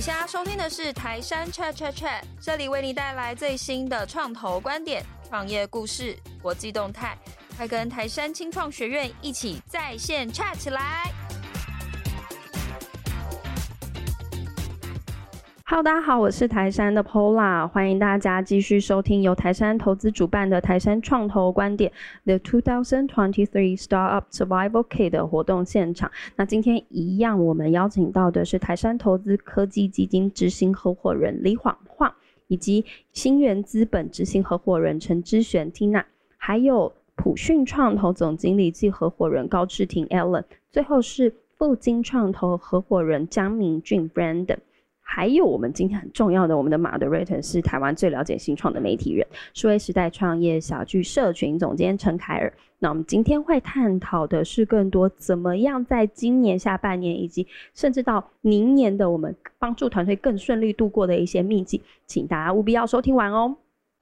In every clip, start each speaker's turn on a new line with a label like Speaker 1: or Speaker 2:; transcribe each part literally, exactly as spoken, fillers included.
Speaker 1: 现在收听的是台杉 Chat Chat Chat， 这里为你带来最新的创投观点、创业故事、国际动态，快跟台杉青创学院一起在线 chat 起来。Hello， 大家好，我是台杉的 Paula， 欢迎大家继续收听由台杉投资主办的台杉创投观点 The twenty twenty-three Startup Survival Kit 的活动现场。那今天一样，我们邀请到的是台杉投资科技基金执行合伙人李晃晃，以及新源资本执行合伙人陈之璇 Tina， 还有普讯创投总经理暨合伙人高志廷 Alan， 最后是富金创投合伙人江明俊 Brandon。还有我们今天很重要的我们的 moderator 是台湾最了解新创的媒体人，数位时代创业小聚社群总监陈凯尔。那我们今天会探讨的是更多怎么样在今年下半年以及甚至到明年的我们帮助团队更顺利度过的一些秘籍，请大家务必要收听完哦。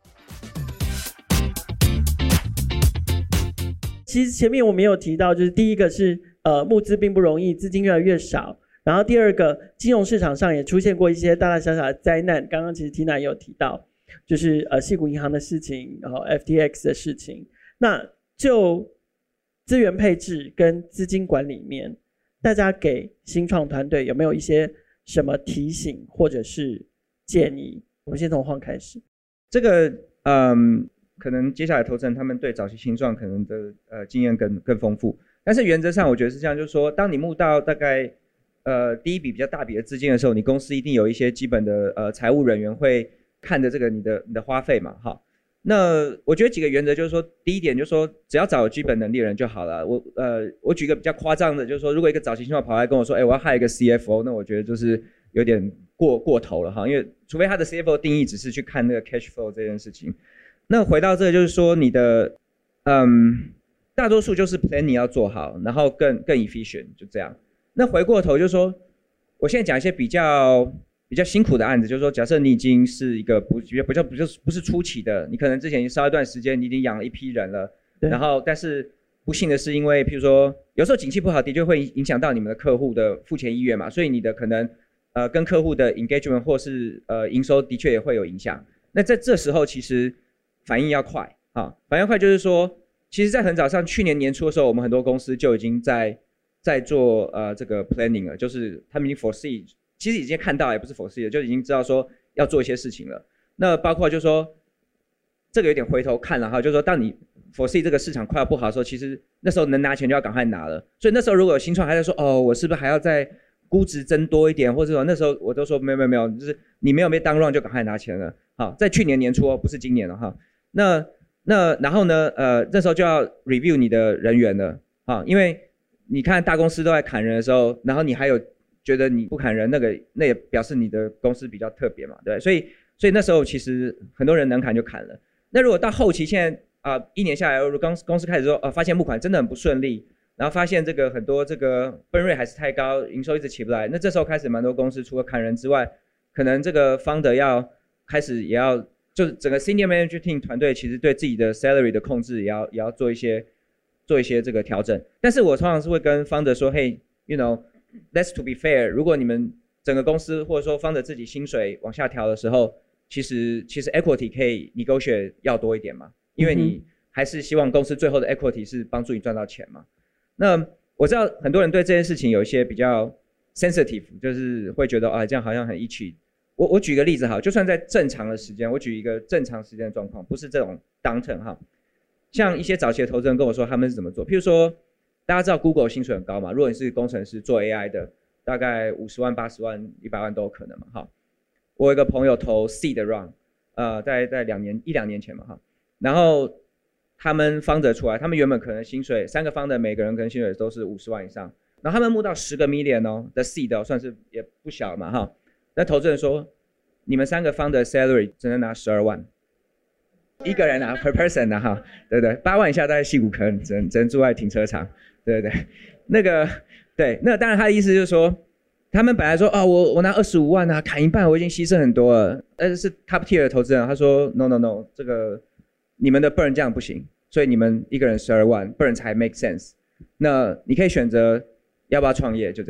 Speaker 2: 其实前面我们有提到，就是第一个是呃募资并不容易，资金越来越少。然后第二个，金融市场上也出现过一些大大小小的灾难，刚刚其实 Tina 也有提到，就是呃矽谷银行的事情，然后 F T X 的事情。那就资源配置跟资金管理面，大家给新创团队有没有一些什么提醒或者是建议？我们先从晃开始。
Speaker 3: 这个嗯，可能接下来投资人他们对早期新创可能的呃经验更更丰富，但是原则上我觉得是这样，就是说，当你募到大概呃，第一笔比较大笔的资金的时候，你公司一定有一些基本的呃财务人员会看着这个你的你的花费嘛，哈。那我觉得几个原则就是说，第一点就是说，只要找有基本能力的人就好了。我呃，我举一个比较夸张的，就是说，如果一个早期新创跑来跟我说，哎，我要害一个 C F O， 那我觉得就是有点过过头了哈，因为除非他的 C F O 定义只是去看那个 cash flow 这件事情。那回到这个就是说，你的嗯，大多数就是 plan 你要做好，然后更更 efficient， 就这样。那回过头就说，我现在讲一些比较比较辛苦的案子，就是说，假设你已经是一个不比较不就不是初期的，你可能之前已经烧一段时间，你已经养了一批人了，然后但是不幸的是，因为譬如说有时候景气不好，的确会影响到你们的客户的付钱意愿嘛，所以你的可能呃跟客户的 engagement 或是呃营收的确也会有影响。那在这时候其实反应要快啊，反应快就是说，其实在很早上去年年初的时候，我们很多公司就已经在。在做呃这个 planning 了，就是他们已经 foresee， 其实已经看到也不是 foresee 了，就已经知道说要做一些事情了。那包括就是说，这个有点回头看了哈，就是说当你 foresee 这个市场快要不好的时候，其实那时候能拿钱就要赶快拿了。所以那时候如果有新创还在说哦，我是不是还要再估值增多一点，或者说那时候我都说没有没有没有，就是你没有被当 round 就赶快拿钱了。好，在去年年初不是今年了哈。那那然后呢呃那时候就要 review 你的人员了啊，因为你看大公司都在砍人的时候，然后你还有觉得你不砍人，那个那也表示你的公司比较特别嘛，对，所以所以那时候其实很多人能砍就砍了。那如果到后期现在啊、呃、一年下来，如果公公司开始说呃发现募款真的很不顺利，然后发现这个很多这个分瑞还是太高，营收一直起不来，那这时候开始蛮多公司除了砍人之外，可能这个 founder 要开始也要就是整个 senior manager team 团队其实对自己的 salary 的控制也要也要做一些。做一些这个调整，但是我通常是会跟 founder 说，嘿 ，you know，let's to be fair， 如果你们整个公司或者说 founder 自己薪水往下调的时候，其实其实 equity 可以 negotiate 要多一点嘛，因为你还是希望公司最后的 equity 是帮助你赚到钱嘛。那我知道很多人对这件事情有一些比较 sensitive， 就是会觉得啊这样好像很一起。我我举个例子哈，就算在正常的时间，我举一个正常时间的状况，不是这种 downturn 哈。像一些早期的投资人跟我说他们是怎么做，譬如说大家知道 Google 薪水很高嘛，如果你是工程师做 A I 的，大概五十万、八十万、一百万都有可能嘛，哈。我有一个朋友投 C 的 round， 呃，在在两年一两年前嘛，哈。然后他们 founder 出来，他们原本可能薪水三个 founder 每个人可能薪水都是五十万以上，然后他们募到十个 million 哦的 C 的、哦、算是也不小嘛，哈。那投资人说，你们三个 founder salary 只能拿十二万。一个人啊 per person 啊哈，对不对？八万以下大概矽谷可能只能只能住在停车场，对不对？那个对，那当然他的意思就是说，他们本来说啊、哦，我我拿二十五万啊，砍一半我已经牺牲很多了，但是 top tier 的投资人他说 no no no， 这个你们的 burn 这样不行，所以你们一个人十二万 burn 才 make sense。那你可以选择要不要创业，就这样。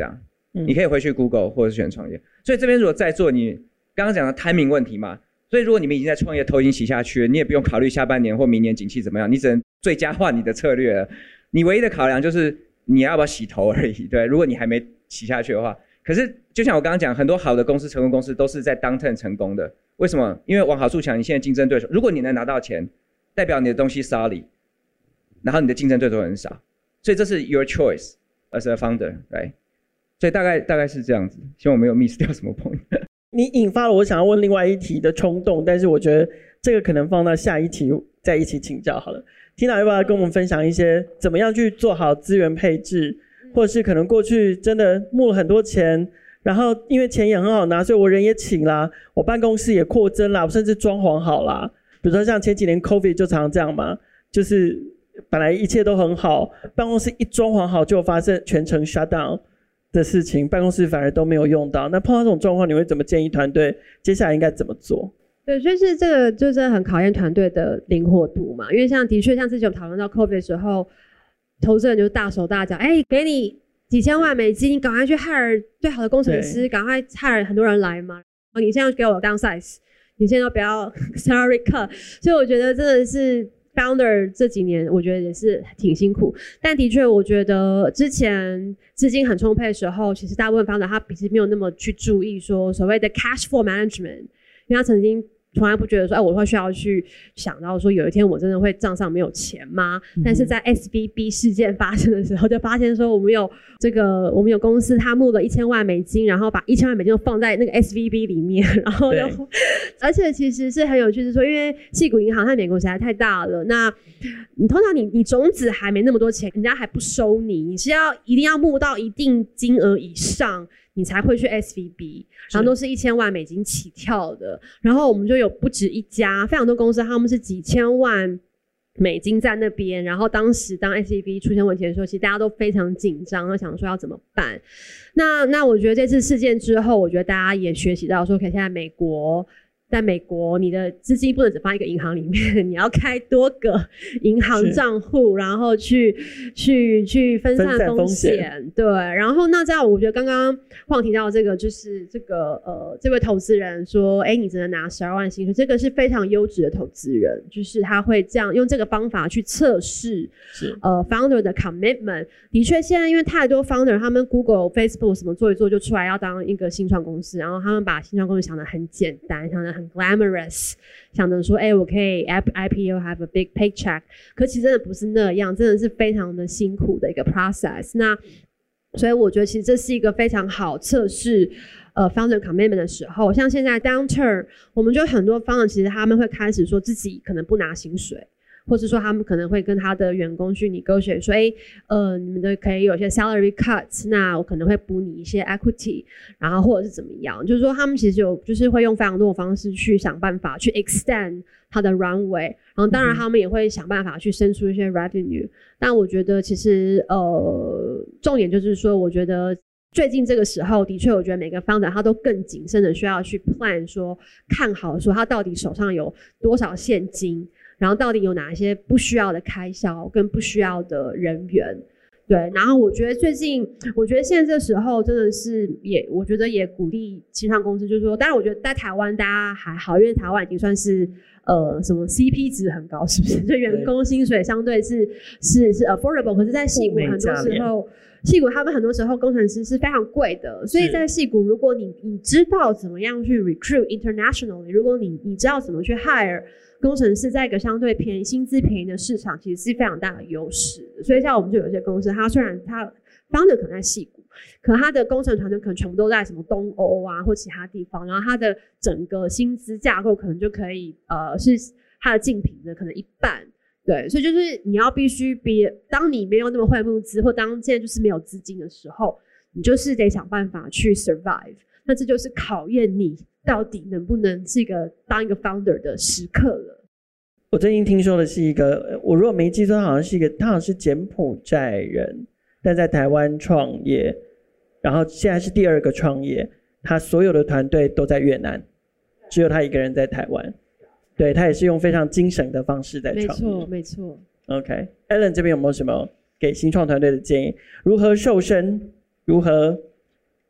Speaker 3: 嗯、你可以回去 Google 或者是选创业。所以这边如果在座，你刚刚讲的 timing 问题嘛，所以如果你们已经在创业头已经洗下去了，你也不用考虑下半年或明年景气怎么样，你只能最佳化你的策略了。你唯一的考量就是你要不要洗头而已，对，如果你还没洗下去的话。可是就像我刚刚讲，很多好的公司成功公司都是在 downturn 成功的。为什么？因为往好处想，你现在竞争对手，如果你能拿到钱，代表你的东西 solid， 然后你的竞争对手很少，所以这是 your choice as a founder， right？ 所以大概大概是这样子，希望我没有 miss 掉什么 point。
Speaker 2: 你引发了我想要问另外一题的冲动，但是我觉得这个可能放到下一题再一起请教好了。Tina 要不要跟我们分享一些怎么样去做好资源配置，或者是可能过去真的募了很多钱，然后因为钱也很好拿，所以我人也请啦，我办公室也扩增啦，我甚至装潢好啦。比如说像前几年 COVID 就常常这样嘛，就是本来一切都很好，办公室一装潢好就发生全程 shut down 的事情，办公室反而都没有用到。那碰到这种状况，你会怎么建议团队接下来应该怎么做？
Speaker 4: 对，所以是这个就是很考验团队的灵活度嘛，因为像的确像之前我们讨论到 COVID 的时候，投资人就大手大脚，哎，给你几千万美金，赶快去 hire 最好的工程师，赶快 hire 很多人来嘛。你现在给我 downsize， 你现在不要 salary cut， 所以我觉得真的是 founder 这几年我觉得也是挺辛苦，但的确我觉得之前资金很充沛的时候，其实大部分 founder 他其实没有那么去注意说所谓的 cash flow management， 因为他曾经从来不觉得说，哎，我会需要去想到说，有一天我真的会账上没有钱吗？嗯、但是在 S V B 事件发生的时候，就发现说，我们有这个，我们有公司，他募了一千万美金，然后把一千万美金放在那个 S V B 里面，然后就，而且其实是很有趣，是说，因为矽谷银行在美国实在太大了，那你通常你你种子还没那么多钱，人家还不收你，你是要一定要募到一定金额以上。你才会去 S V B， 然后都是一千万美金起跳的，然后我们就有不止一家，非常多公司，他们是几千万美金在那边，然后当时当 S V B 出现问题的时候，其实大家都非常紧张，都想说要怎么办。那那我觉得这次事件之后，我觉得大家也学习到说，可以现在美国。在美国，你的资金不能只放一个银行里面，你要开多个银行账户，然后去去去分散风险。对，然后那这样，我觉得刚刚晃提到这个，就是这个呃，这位投资人说，哎，你只能拿十二万薪水，这个是非常优质的投资人，就是他会这样用这个方法去测试呃 founder 的 commitment。的确，现在因为太多 founder， 他们 Google、Facebook 什么做一做就出来要当一个新创公司，然后他们把新创公司想得很简单，想得很很 glamorous， 想着说，哎、欸，我可以 I P O have a big paycheck， 可其实真的不是那样，真的是非常的辛苦的一个 process。那所以我觉得其实这是一个非常好测试呃 founder commitment 的时候。像现在 downturn， 我们就很多 founder 其实他们会开始说自己可能不拿薪水。或是说他们可能会跟他的员工去 negotiate 说，哎，呃，你们的可以有些 salary cuts， 那我可能会补你一些 equity， 然后或者是怎么样，就是说他们其实有就是会用非常多的方式去想办法去 extend 他的 runway， 然后当然他们也会想办法去生出一些 revenue， 但我觉得其实呃，重点就是说，我觉得最近这个时候，的确，我觉得每个 founder 他都更谨慎的需要去 plan 说，看好说他到底手上有多少现金。然后到底有哪一些不需要的开销跟不需要的人员，对。然后我觉得最近，我觉得现在这时候真的是也，我觉得也鼓励新创公司，就是说，当然我觉得在台湾大家还好，因为台湾已经算是呃什么 C P 值很高，是不是？就员工薪水相对是是是 affordable， 可是在矽谷很多时候。矽谷他们很多时候工程师是非常贵的，所以在矽谷，如果你你知道怎么样去 recruit internationally， 如果你你知道怎么去 hire 工程师，在一个相对便宜、薪资便宜的市场，其实是非常大的优势的。所以像我们就有一些公司，它虽然它 founder 可能在矽谷，可它的工程团队可能全部都在什么东欧啊或其他地方，然后它的整个薪资架构可能就可以呃是它的竞品的可能一半。对，所以就是你要必须别，当你没有那么会募资，或当现在就是没有资金的时候，你就是得想办法去 survive。那这就是考验你到底能不能是一个当一个 founder 的时刻了。
Speaker 2: 我最近听说的是一个，我如果没记错，他好像是一个，他好像是柬埔寨人，但在台湾创业，然后现在是第二个创业，他所有的团队都在越南，只有他一个人在台湾。对，他也是用非常精省的方式在创业。
Speaker 4: 没错，没错。
Speaker 2: OK，Ellen 这边有没有什么给新创团队的建议？如何瘦身？如何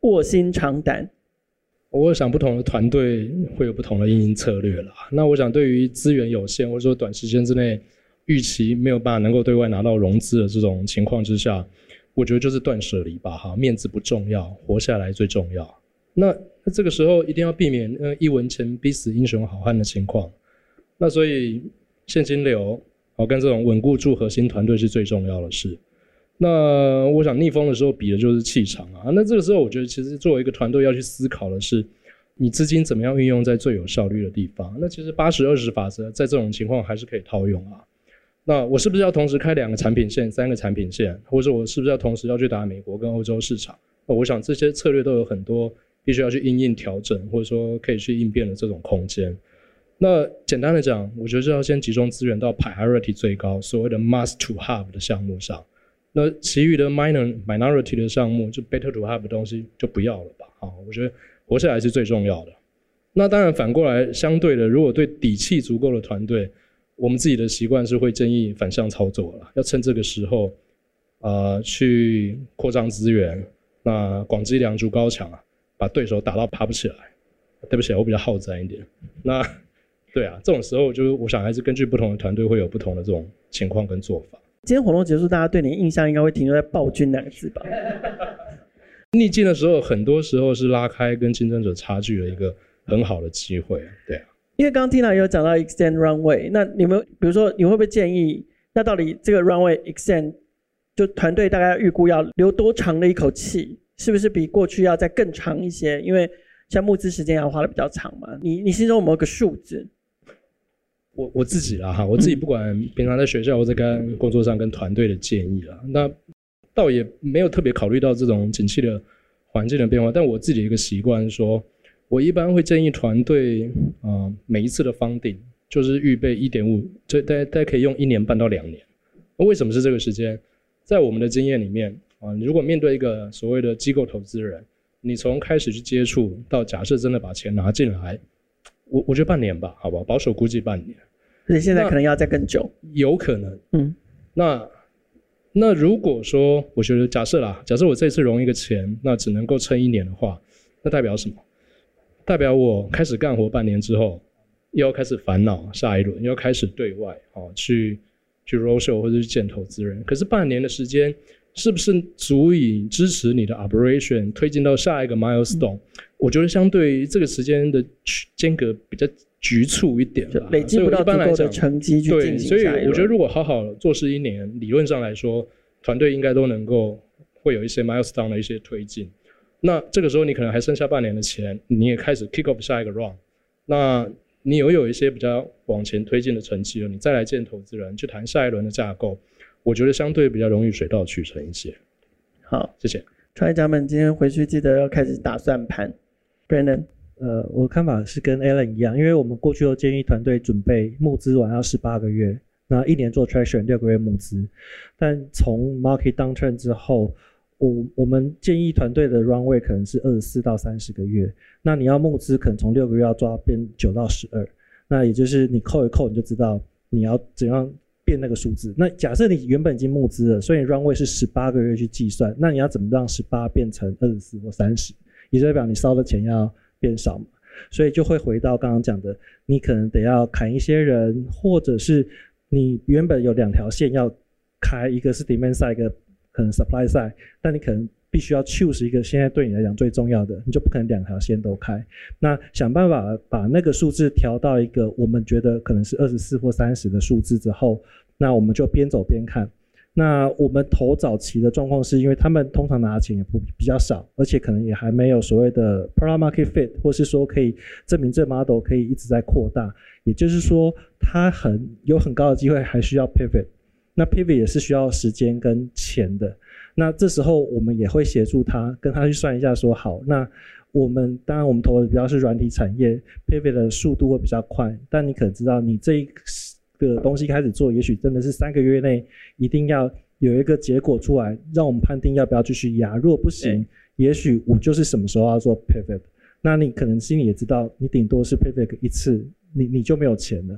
Speaker 2: 卧薪尝胆？
Speaker 5: 我想不同的团队会有不同的因应策略啦。那我想对于资源有限或者说短时间之内预期没有办法能够对外拿到融资的这种情况之下，我觉得就是断舍离吧哈，面子不重要，活下来最重要。那那这个时候一定要避免呃一文钱逼死英雄好汉的情况。那所以现金流好跟这种稳固住核心团队是最重要的事。那我想逆风的时候比的就是气场啊。那这个时候我觉得其实作为一个团队要去思考的是，你资金怎么样运用在最有效率的地方。那其实八十二十法则在这种情况还是可以套用啊。那我是不是要同时开两个产品线、三个产品线，或者我是不是要同时要去打美国跟欧洲市场？那我想这些策略都有很多必须要去因应调整，或者说可以去应变的这种空间。那简单的讲，我觉得是要先集中资源到 priority 最高，所谓的 must to have 的项目上。那其余的 minor minority 的项目，就 better to have 的东西就不要了吧。好，我觉得活下来是最重要的。那当然反过来，相对的，如果对底气足够的团队，我们自己的习惯是会建议反向操作了，要趁这个时候，呃，去扩张资源，那广积粮，筑高墙啊，把对手打到爬不起来。对不起，我比较好战一点。那对啊，这种时候就是我想还是根据不同的团队会有不同的这种情况跟做法。
Speaker 2: 今天活动结束，大家对你的印象应该会停留在暴君两个字吧？
Speaker 5: 逆境的时候，很多时候是拉开跟竞争者差距的一个很好的机会，对啊。
Speaker 2: 因为刚刚 Tina 有讲到 extend runway， 那你们比如说你会不会建议，那到底这个 runway extend 就团队大概预估要留多长的一口气？是不是比过去要再更长一些？因为像募资时间要花的比较长嘛，你你心中有没有个数字？
Speaker 5: 我我自己啦哈，我自己不管平常在学校或者跟工作上跟团队的建议啦，那倒也没有特别考虑到这种景气的环境的变化，但我自己的一个习惯说，我一般会建议团队啊、呃、每一次的funding就是预备 一点五， 这大家大家可以用一年半到两年。为什么是这个时间？在我们的经验里面啊，你如果面对一个所谓的机构投资人，你从开始去接触到假设真的把钱拿进来，我我觉得半年吧，好吧，保守估计半年。
Speaker 2: 所以现在可能要再更久，
Speaker 5: 有可能。
Speaker 2: 嗯，
Speaker 5: 那那如果说，我觉得假设啦，假设我这次融一个钱，那只能够撑一年的话，那代表什么？代表我开始干活半年之后，又要开始烦恼下一轮，又要开始对外哦去去 roadshow 或者去见投资人。可是半年的时间，是不是足以支持你的 operation 推进到下一个 milestone？、嗯、我觉得相对于这个时间的间隔比较局促一点吧，
Speaker 2: 累积不到足够的成绩去进行下一轮。
Speaker 5: 对，所以我觉得如果好好做事一年，理论上来说，团队应该都能够会有一些 milestone 的一些推进。那这个时候你可能还剩下半年的钱，你也开始 kick off 下一个 round。那你又有一些比较往前推进的成绩了，你再来见投资人去谈下一轮的架构，我觉得相对比较容易水到渠成一些。
Speaker 2: 好，
Speaker 5: 谢谢。
Speaker 2: 创业家们今天回去记得要开始打算盘。Brandon，
Speaker 6: 呃，我的看法是跟 Alan 一样，因为我们过去都建议团队准备募资完要十八个月，那一年做 traction， 六个月募资。但从 market downturn 之后，我我们建议团队的 runway 可能是二十四到三十个月，那你要募资可能从六个月要抓变九到十二，那也就是你扣一扣你就知道你要怎样变那个数字。那假设你原本已经募资了，所以 runway 是十八个月去计算，那你要怎么让十八变成二十四或三十，也就代表你烧的钱要变少嘛。所以就会回到刚刚讲的，你可能得要砍一些人，或者是你原本有两条线要开，一个是 demand side， 一个可能 supply side， 但你可能必须要 choose 一个现在对你来讲最重要的，你就不可能两条线都开。那想办法把那个数字调到一个我们觉得可能是二十四或三十的数字之后，那我们就边走边看。那我们投早期的状况是因为他们通常拿的钱也不比较少，而且可能也还没有所谓的 product market fit， 或是说可以证明这 model 可以一直在扩大，也就是说它很有很高的机会还需要 pivot。那 pivot 也是需要时间跟钱的，那这时候我们也会协助他，跟他去算一下说好，那我们当然我们投的比较是软体产业 pivot 的速度会比较快，但你可能知道你这一个东西开始做，也许真的是三个月内一定要有一个结果出来，让我们判定要不要继续压，如果不行，也许我就是什么时候要做 pivot， 那你可能心里也知道你顶多是 pivot 一次，你你就没有钱了。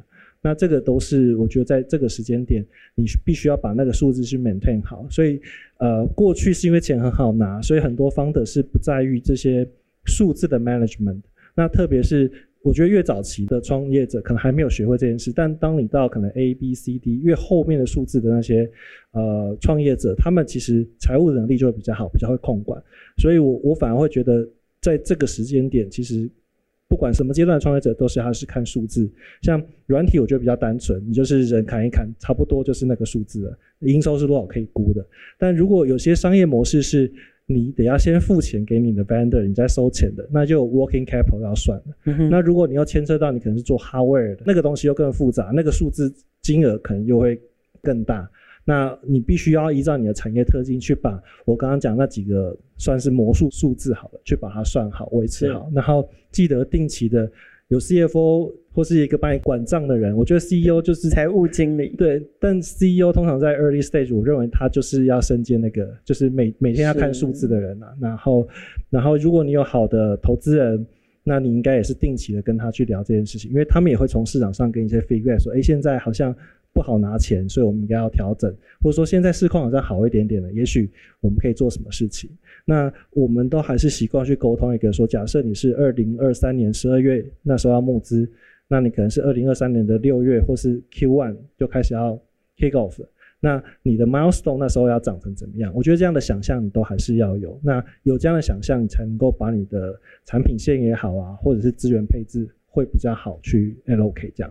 Speaker 6: 那这个都是我觉得在这个时间点你必须要把那个数字去 maintain 好。所以呃，过去是因为钱很好拿，所以很多 founder 是不在于这些数字的 management。那特别是我觉得越早期的创业者可能还没有学会这件事，但当你到可能 A B C D 越后面的数字的那些呃创业者，他们其实财务能力就会比较好，比较会控管。所以我我反而会觉得在这个时间点，其实不管什么阶段的创业者都是还是看数字。像软体我觉得比较单纯，你就是人砍一砍差不多就是那个数字了，营收是多少可以估的。但如果有些商业模式是你得要先付钱给你的 vendor， 你再收钱的，那就有 working capital 要算了、嗯、那如果你要牵扯到你可能是做 hardware 的，那个东西又更复杂，那个数字金额可能又会更大。那你必须要依照你的产业特性去把我刚刚讲那几个算是魔术数字好了，去把它算好维持好，然后记得定期的有 C F O 或是一个帮你管账的人。我觉得 C E O 就是
Speaker 2: 财务经理，
Speaker 6: 对，但 C E O 通常在 early stage 我认为他就是要身兼那个就是每每天要看数字的人啊。然后然后如果你有好的投资人，那你应该也是定期的跟他去聊这件事情，因为他们也会从市场上给你一些 feedback 说，哎，现在好像不好拿钱，所以我们应该要调整，或者说现在市况好像好一点点了，也许我们可以做什么事情。那我们都还是习惯去沟通一个说，假设你是二零二三年十二月那时候要募资，那你可能是二零二三年的六月或是 Q 一 就开始要 kick off 了，那你的 milestone 那时候要长成怎么样？我觉得这样的想象你都还是要有，那有这样的想象你才能够把你的产品线也好啊，或者是资源配置会比较好去 allocate 这样。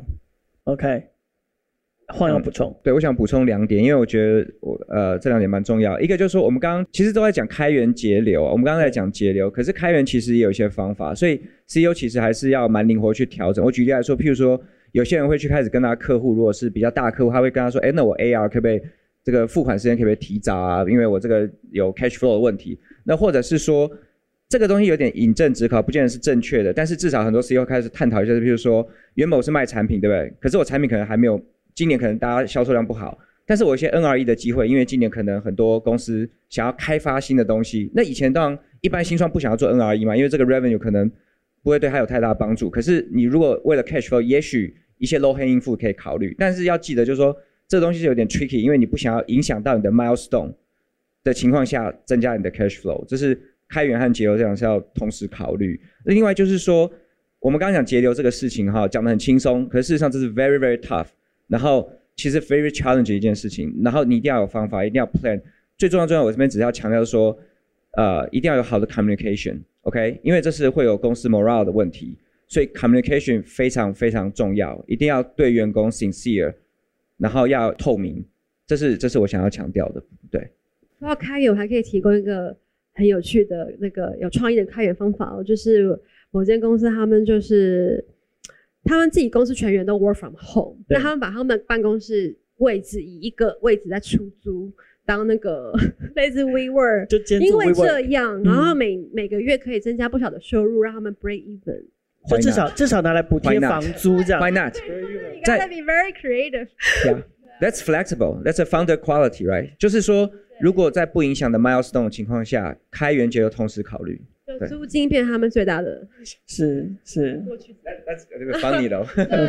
Speaker 2: OK，换要补充、嗯、
Speaker 3: 对，我想补充两点，因为我觉得我呃这两点蛮重要。一个就是说我们刚刚其实都在讲开源节流，我们刚刚在讲节流，可是开源其实也有一些方法，所以 C E O 其实还是要蛮灵活去调整。我举例来说，譬如说有些人会去开始跟他客户，如果是比较大客户，他会跟他说，哎，那我 A R 可不可以这个付款时间可不可以提早啊，因为我这个有 cash flow 的问题。那或者是说这个东西有点饮鸩止渴，不见得是正确的，但是至少很多 C E O 开始探讨一下，譬如说原本我是卖产品对不对，可是我产品可能还没有，今年可能大家销售量不好，但是我有一些 N R E 的机会，因为今年可能很多公司想要开发新的东西，那以前当然一般新创不想要做 N R E 嘛，因为这个 revenue 可能不会对它有太大的帮助，可是你如果为了 cash flow， 也许一些 low hanging fruit 可以考虑，但是要记得就是说这个东西是有点 tricky， 因为你不想要影响到你的 milestone 的情况下增加你的 cash flow， 这是开源和节流这样是要同时考虑。另外就是说我们刚刚讲节流这个事情哈，讲得很轻松，可是事实上这是 very very tough， 然后其实 very challenge 的一件事情，然后你一定要有方法，一定要 plan。最重要重要，我这边只是要强调说，呃，一定要有好的 communication，OK， 因为这是会有公司 morale 的问题，所以 communication 非常非常重要，一定要对员工 sincere， 然后要透明，这是这是我想要强调的，对。
Speaker 4: 说到开源，我还可以提供一个很有趣的那个有创意的开源方法哦，就是某间公司他们就是他们自己公司全员都 work from home， 那他们把他们的办公室位置以一个位置在出租当那个类似 WeWork，
Speaker 2: 就兼做 WeWork，
Speaker 4: 因为这样，然后每、
Speaker 2: 嗯、
Speaker 4: 每个月可以增加不少的收入，让他们 break even，
Speaker 2: 就至少至少拿来补贴房租这样。
Speaker 3: Why not？
Speaker 4: You gotta be very creative.
Speaker 3: Yeah, that's flexible. That's a founder quality, right? 就是说，如果在不影响的 milestone 的情况下，开源节流同时考虑。
Speaker 4: 就租金变他们最大的
Speaker 2: 是是
Speaker 3: That's 这个 funny 的。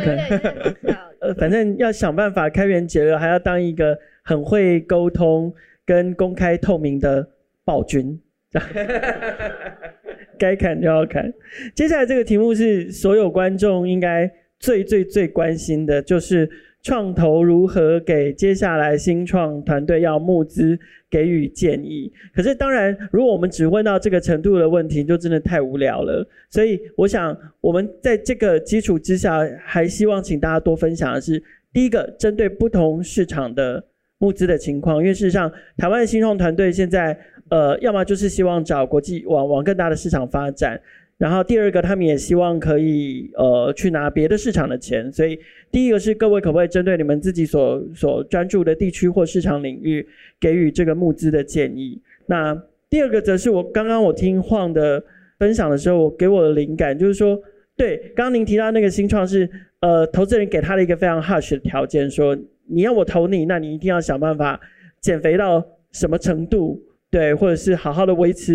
Speaker 2: OK， 呃，反正要想办法开源节流，还要当一个很会沟通跟公开透明的暴君。该砍就要砍。接下来这个题目是所有观众应该最最最关心的，就是创投如何给接下来新创团队要募资给予建议。可是当然如果我们只问到这个程度的问题，就真的太无聊了，所以我想我们在这个基础之下，还希望请大家多分享的是，第一个针对不同市场的募资的情况，因为事实上台湾的新创团队现在呃，要么就是希望找国际往往更大的市场发展，然后第二个他们也希望可以呃去拿别的市场的钱，所以第一个是各位可不可以针对你们自己所所专注的地区或市场领域给予这个募资的建议。那第二个则是我刚刚我听晃的分享的时候，我给我的灵感就是说，对，刚刚您提到那个新创是呃投资人给他的一个非常 harsh 的条件，说你要我投你，那你一定要想办法减肥到什么程度，对，或者是好好的维持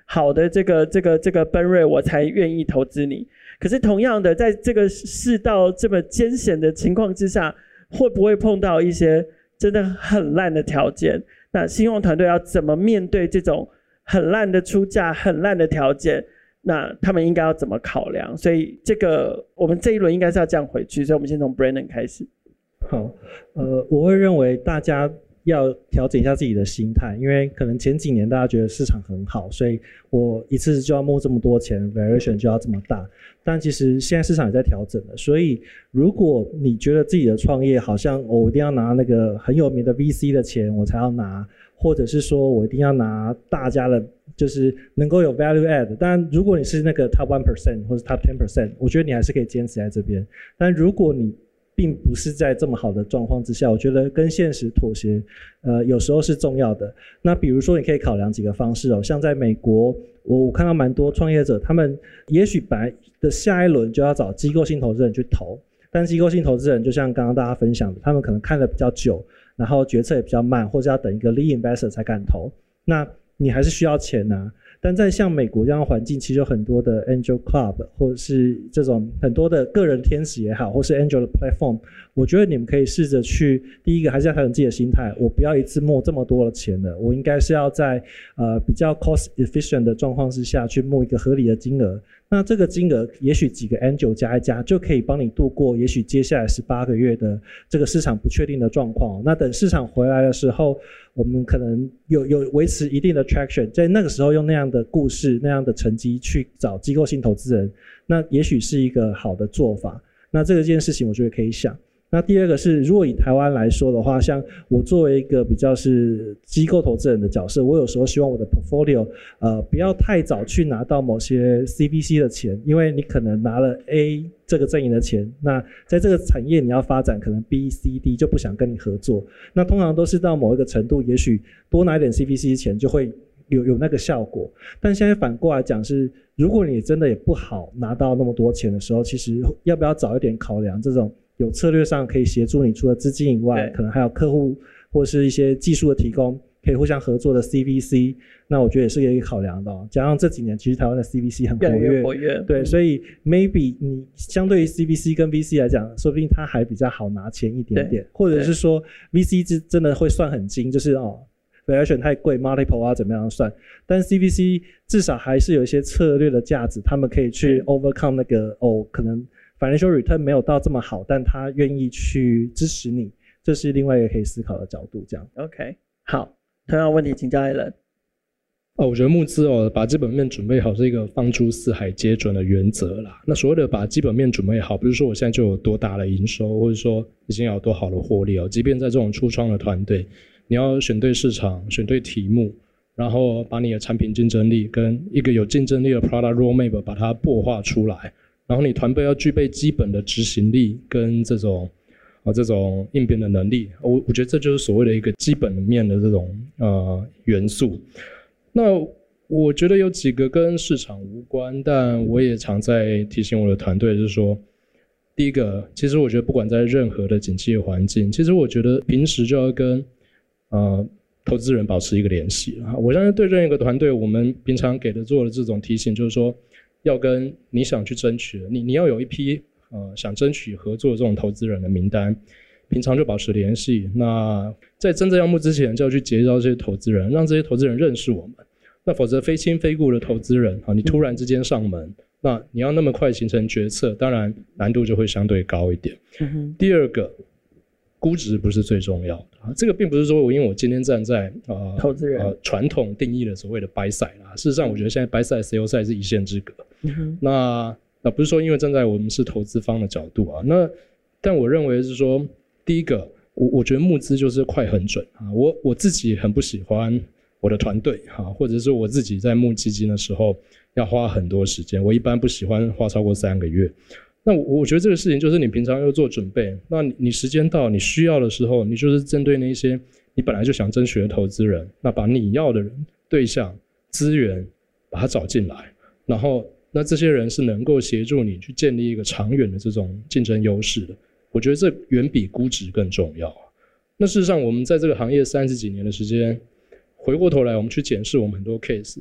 Speaker 2: 好的这个这个这个分瑞，我才愿意投资你。可是同样的，在这个世道这么艰险的情况之下，会不会碰到一些真的很烂的条件？那信用团队要怎么面对这种很烂的出价、很烂的条件？那他们应该要怎么考量？所以这个我们这一轮应该是要这样回去，所以我们先从 Brandon 开始。
Speaker 6: 好，呃，我会认为大家要调整一下自己的心态，因为可能前几年大家觉得市场很好，所以我一次就要募这么多钱 ，variation 就要这么大。但其实现在市场也在调整了，所以如果你觉得自己的创业好像、哦、我一定要拿那个很有名的 V C 的钱我才要拿，或者是说我一定要拿大家的，就是能够有 value add。当然，如果你是那个 top one percent 或者 top ten percent， 我觉得你还是可以坚持在这边。但如果你并不是在这么好的状况之下，我觉得跟现实妥协，呃，有时候是重要的。那比如说，你可以考量几个方式哦，像在美国，我看到蛮多创业者，他们也许本来的下一轮就要找机构性投资人去投，但机构性投资人就像刚刚大家分享的，他们可能看得比较久，然后决策也比较慢，或者要等一个 lead investor 才敢投。那你还是需要钱啊。但在像美国这样的环境，其实有很多的 Angel Club 或者是这种很多的个人天使也好，或是 Angel 的 Platform， 我觉得你们可以试着去，第一个还是要调整自己的心态，我不要一次募这么多的钱的，我应该是要在呃比较 cost efficient 的状况之下去募一个合理的金额。那这个金额也许几个 Angel 加一加就可以帮你度过也许接下来十八个月的这个市场不确定的状况。那等市场回来的时候，我们可能有有维持一定的 traction， 在那个时候用那样的故事那样的成绩去找机构性投资人，那也许是一个好的做法。那这个件事情我觉得可以想。那第二个是，如果以台湾来说的话，像我作为一个比较是机构投资人的角色，我有时候希望我的 portfolio 呃不要太早去拿到某些 C V C 的钱，因为你可能拿了 A 这个阵营的钱，那在这个产业你要发展，可能 B、C、D 就不想跟你合作。那通常都是到某一个程度，也许多拿一点 C V C 的钱就会有有那个效果。但现在反过来讲是，如果你真的也不好拿到那么多钱的时候，其实要不要早一点考量这种有策略上可以协助你，除了资金以外，可能还有客户或是一些技术的提供，可以互相合作的 C V C， 那我觉得也是可以考量的哦。加上这几年其实台湾的 C V C 很活跃，
Speaker 2: 越来越活跃，
Speaker 6: 对，
Speaker 2: 嗯，
Speaker 6: 所以 maybe 你相对于 C V C 跟 V C 来讲，说不定它还比较好拿钱一点点，或者是说 V C 真的会算很精，就是哦 valuation 太贵 multiple 啊怎么样算，但 C V C 至少还是有一些策略的价值，他们可以去 overcome 那个哦可能financial return 没有到这么好，但他愿意去支持你，这是另外一个可以思考的角度。这样
Speaker 2: ，OK， 好，同样的问题请教 Alan。
Speaker 5: 哦，我觉得募资哦，把基本面准备好是一个放诸四海皆准的原则啦。那所谓的把基本面准备好，不是说我现在就有多大的营收，或者说已经有多好的获利哦。即便在这种初创的团队，你要选对市场，选对题目，然后把你的产品竞争力跟一个有竞争力的 product roadmap 把它擘画出来。然后你团队要具备基本的执行力跟这种啊这种应变的能力，我我觉得这就是所谓的一个基本面的这种呃元素。那我觉得有几个跟市场无关，但我也常在提醒我的团队，就是说，第一个，其实我觉得不管在任何的景气环境，其实我觉得平时就要跟呃投资人保持一个联系啊。我相信对任何一个团队，我们平常给的做的这种提醒，就是说。要跟你想去争取的，你你要有一批呃想争取合作的这种投资人的名单，平常就保持联系。那在真正要募之前，就要去结交这些投资人，让这些投资人认识我们。那否则非亲非故的投资人啊，你突然之间上门，那你要那么快形成决策，当然难度就会相对高一点。嗯、第二个，估值不是最重要的啊，这个并不是说我因为我今天站在呃
Speaker 2: 投资人
Speaker 5: 呃传统定义的所谓的 buy side 啦，事实上我觉得现在 buy side、sell side 是一线之隔。嗯、那那不是说因为站在我们是投资方的角度啊，那但我认为是说，第一个，我我觉得募资就是快很准啊，我我自己很不喜欢我的团队哈，或者是我自己在募基金的时候要花很多时间，我一般不喜欢花超过三个月。那我我觉得这个事情就是你平常要做准备，那你你时间到你需要的时候，你就是针对那些你本来就想争取的投资人，那把你要的人、对象、资源把它找进来，然后那这些人是能够协助你去建立一个长远的这种竞争优势的。我觉得这远比估值更重要。那事实上我们在这个行业三十几年的时间，回过头来我们去检视我们很多 case，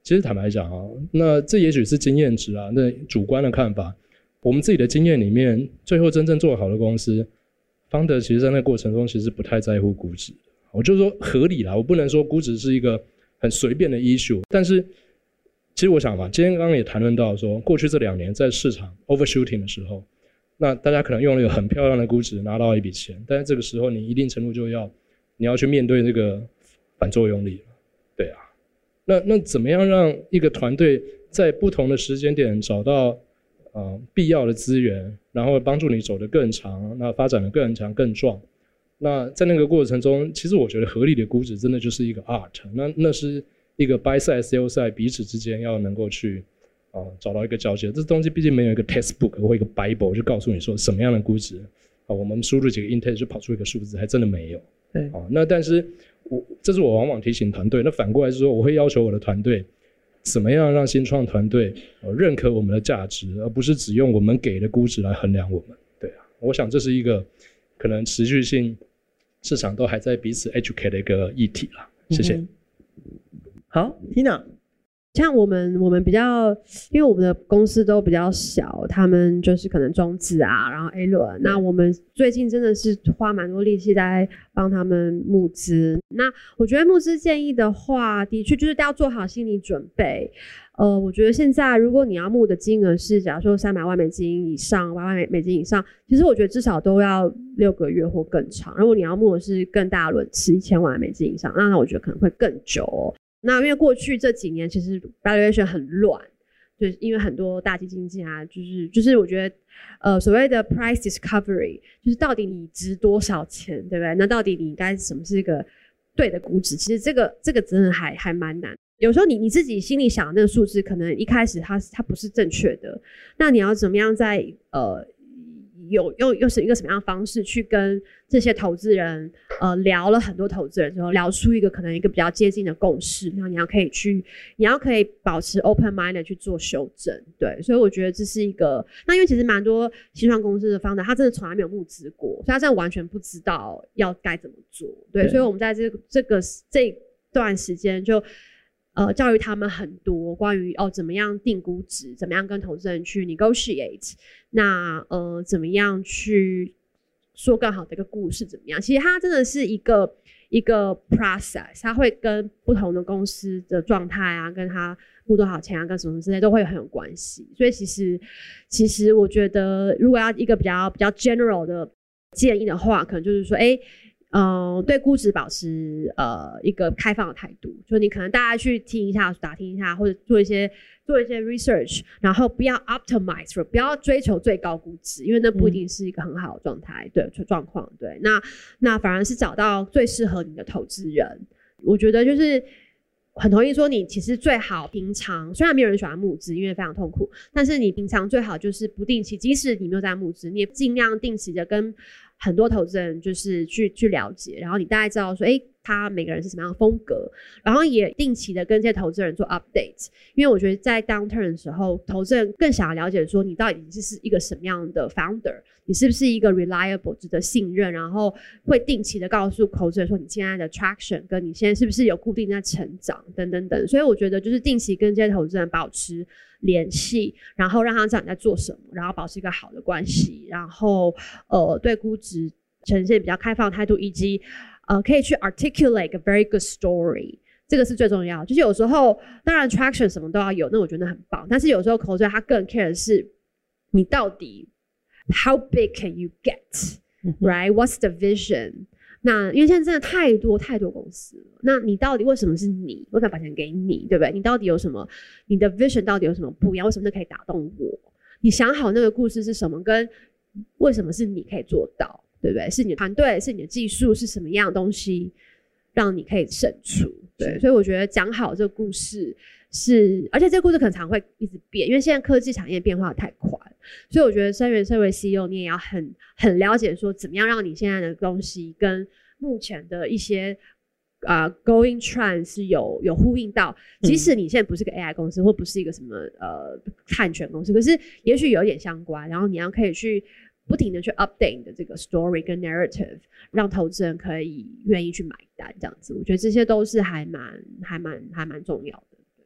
Speaker 5: 其实坦白讲啊，那这也许是经验值啊，那主观的看法。我们自己的经验里面，最后真正做好的公司 ，founder 其实在那个过程中其实不太在乎估值。我就说合理啦，我不能说估值是一个很随便的 issue。但是其实我想嘛，今天刚刚也谈论到说，过去这两年在市场 overshooting 的时候，那大家可能用了一个很漂亮的估值拿到一笔钱，但是这个时候你一定程度就要你要去面对这个反作用力了，对啊。那那怎么样让一个团队在不同的时间点找到呃必要的资源，然后帮助你走得更长，那发展得更强更壮？那在那个过程中，其实我觉得合理的估值真的就是一个 art， 那那是一个 buy side sell side 彼此之间要能够去啊、呃、找到一个交接。这东西毕竟没有一个 textbook 或一个 bible 就告诉你说什么样的估值啊，我们输入几个 intent 就跑出一个数字，还真的没有。
Speaker 2: 对
Speaker 5: 啊，那但是我这是我往往提醒团队，那反过来是说，我会要求我的团队怎么样让新创团队、呃、认可我们的价值，而不是只用我们给的估值来衡量我们。对啊，我想这是一个可能持续性市场都还在彼此 educate 的一个议题啦。谢谢。
Speaker 2: 嗯、好 ，Tina。
Speaker 4: 像我们我们比较，因为我们的公司都比较小，他们就是可能中资啊，然后 A 轮，那我们最近真的是花蛮多力气在帮他们募资。那我觉得募资建议的话，的确就是要做好心理准备。呃，我觉得现在如果你要募的金额是，假如说三百万美金以上，百万美金以上，其实我觉得至少都要六个月或更长。如果你要募的是更大轮次，一千万美金以上，那那我觉得可能会更久哦。那因为过去这几年其实 valuation 很乱，就是因为很多大基金进来，就是就是我觉得呃所谓的 price discovery， 就是到底你值多少钱，对不对？那到底你应该什么是一个对的估值？其实这个这个真的还还蛮难。有时候你你自己心里想的那个数字，可能一开始它它不是正确的，那你要怎么样在呃有用用是一个什么样的方式去跟这些投资人呃聊了很多投资人之后，聊出一个可能一个比较接近的共识，那你要可以去你要可以保持 open mind 去做修正。对，所以我觉得这是一个，那因为其实蛮多新创公司的founder他真的从来没有募资过，所以他真的完全不知道要该怎么做。 对, 对，所以我们在这个这个这段时间就呃，教育他们很多关于哦怎么样定估值，怎么样跟投资人去 negotiate， 那呃怎么样去说更好的一个故事怎么样？其实它真的是一个一个 process， 它会跟不同的公司的状态啊，跟它募多少钱啊，跟什么之类都会很有关系。所以其实其实我觉得，如果要一个比较比较 general 的建议的话，可能就是说，哎。嗯，对估值保持呃一个开放的态度，就你可能大家去听一下、打听一下，或者做一些做一些 research， 然后不要 optimize， 不要追求最高估值，因为那不一定是一个很好的状态，对状况。对，那那反而是找到最适合你的投资人。我觉得就是很同意说，你其实最好平常，虽然没有人喜欢募资，因为非常痛苦，但是你平常最好就是不定期，即使你没有在募资，你也尽量定期的跟很多投资人就是去去了解，然后你大概知道说，哎，他每个人是什么样的风格，然后也定期的跟这些投资人做 update， 因为我觉得在 downturn 的时候，投资人更想要了解说你到底是一个什么样的 founder， 你是不是一个 reliable 值得信任，然后会定期的告诉投资人说你现在的 traction 跟你现在是不是有固定在成长等等等，所以我觉得就是定期跟这些投资人保持联系，然后让他知道你在做什么，然后保持一个好的关系，然后呃对估值呈现比较开放的态度，以及呃可以去 articulate a very good story， 这个是最重要的。就是有时候当然 traction 什么都要有，那我觉得很棒，但是有时候投资人他更 care 的是你到底 how big can you get right what's the vision。那因为现在真的太多太多公司了，那你到底为什么是你？为什么把钱给你，对不对？你到底有什么？你的 vision 到底有什么不一样？为什么那可以打动我？你想好那个故事是什么，跟为什么是你可以做到，对不对？是你的团队，是你的技术，是什么样的东西让你可以胜出？对，所以我觉得讲好这个故事是，而且这个故事可能常会一直变，因为现在科技产业变化太快，所以我觉得身为身为 C E O， 你也要很很了解说怎么样让你现在的东西跟目前的一些呃 going trend 是有有呼应到，即使你现在不是个 A I 公司，或不是一个什么呃碳权公司，可是也许有点相关，然后你要可以去不停的去 update 你的这个 story 跟 narrative， 让投资人可以愿意去买单，这样子，我觉得这些都是还蛮还蛮还蛮重要的。